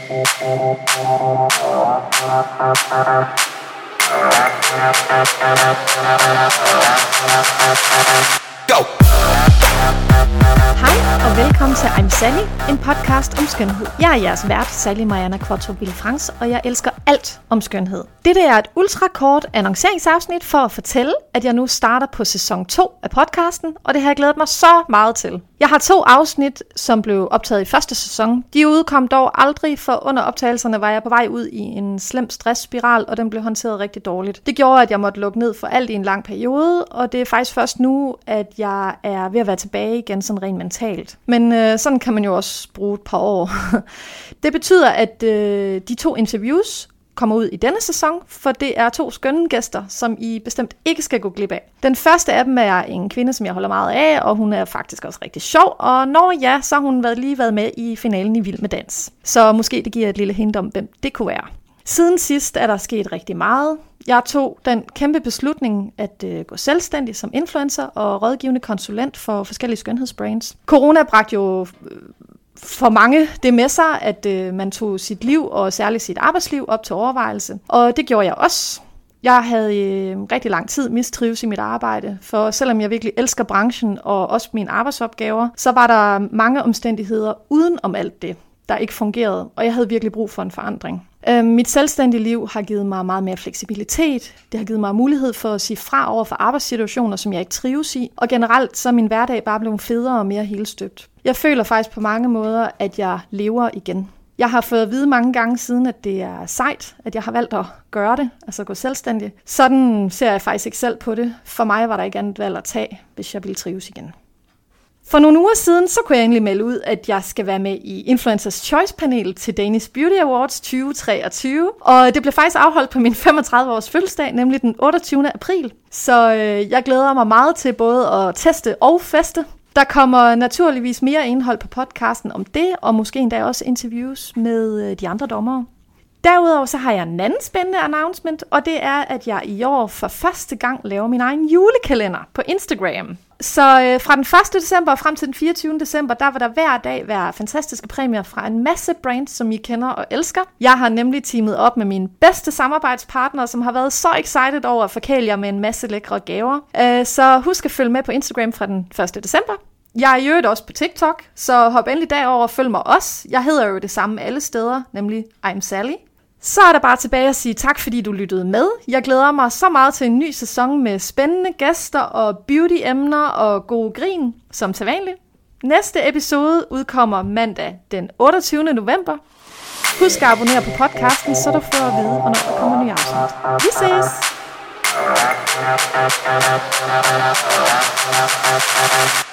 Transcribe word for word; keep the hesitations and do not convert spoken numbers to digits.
Go! Hej og velkommen til I'm Sally, en podcast om skønhed. Jeg er jeres vært, Sally Mariana Kvartrup Villefranche, og jeg elsker alt om skønhed. Dette er et ultrakort annonceringsafsnit for at fortælle, at jeg nu starter på sæson to af podcasten, og det har jeg glædet mig så meget til. Jeg har to afsnit, som blev optaget i første sæson. De udkom dog aldrig, for under optagelserne var jeg på vej ud i en slem stressspiral, og den blev håndteret rigtig dårligt. Det gjorde, at jeg måtte lukke ned for alt i en lang periode, og det er faktisk først nu, at jeg er ved at være tilbage igen sådan rent mentalt. Men øh, sådan kan man jo også bruge et par år. Det betyder, at øh, de to interviews kommer ud i denne sæson, for det er to skønne gæster, som I bestemt ikke skal gå glip af. Den første af dem er en kvinde, som jeg holder meget af, og hun er faktisk også rigtig sjov, og når ja, så har hun været, lige været med i finalen i Vild med Dans. Så måske det giver et lille hint om, hvem det kunne være. Siden sidst er der sket rigtig meget. Jeg tog den kæmpe beslutning at øh, gå selvstændig som influencer og rådgivende konsulent for forskellige skønhedsbrands. Corona bragte jo øh, for mange det med sig, at øh, man tog sit liv og særligt sit arbejdsliv op til overvejelse. Og det gjorde jeg også. Jeg havde øh, rigtig lang tid mistrives i mit arbejde, for selvom jeg virkelig elsker branchen og også mine arbejdsopgaver, så var der mange omstændigheder uden om alt det, der ikke fungerede, og jeg havde virkelig brug for en forandring. Øh, mit selvstændige liv har givet mig meget mere fleksibilitet. Det har givet mig mulighed for at sige fra over for arbejdssituationer, som jeg ikke trives i. Og generelt så er min hverdag bare blevet federe og mere helstøbt. Jeg føler faktisk på mange måder, at jeg lever igen. Jeg har fået at vide mange gange siden, at det er sejt, at jeg har valgt at gøre det, altså gå selvstændig. Sådan ser jeg faktisk ikke selv på det. For mig var der ikke andet valg at tage, hvis jeg ville trives igen. For nogle uger siden, så kunne jeg egentlig melde ud, at jeg skal være med i Influencers Choice-panelet til Danish Beauty Awards tyve treogtyve. Og det blev faktisk afholdt på min femogtredive års fødselsdag, nemlig den otteogtyvende april. Så øh, jeg glæder mig meget til både at teste og feste. Der kommer naturligvis mere indhold på podcasten om det, og måske endda også interviews med de andre dommere. Derudover så har jeg en anden spændende announcement, og det er, at jeg i år for første gang laver min egen julekalender på Instagram. Så øh, fra den første december og frem til den fireogtyvende december, der vil der hver dag være fantastiske præmier fra en masse brands, som I kender og elsker. Jeg har nemlig teamet op med mine bedste samarbejdspartnere, som har været så excited over at forkæle jer med en masse lækre gaver. Øh, så husk at følge med på Instagram fra den første december. Jeg er i øvrigt også på TikTok, så hop endelig derover og følg mig også. Jeg hedder jo det samme alle steder, nemlig I'm Sally. Så er der bare tilbage at sige tak, fordi du lyttede med. Jeg glæder mig så meget til en ny sæson med spændende gæster og beauty-emner og god grin, som sædvanligt. Næste episode udkommer mandag den otteogtyvende november. Husk at abonnere på podcasten, så du får at vide, hvornår der kommer nye afsnit. Vi ses!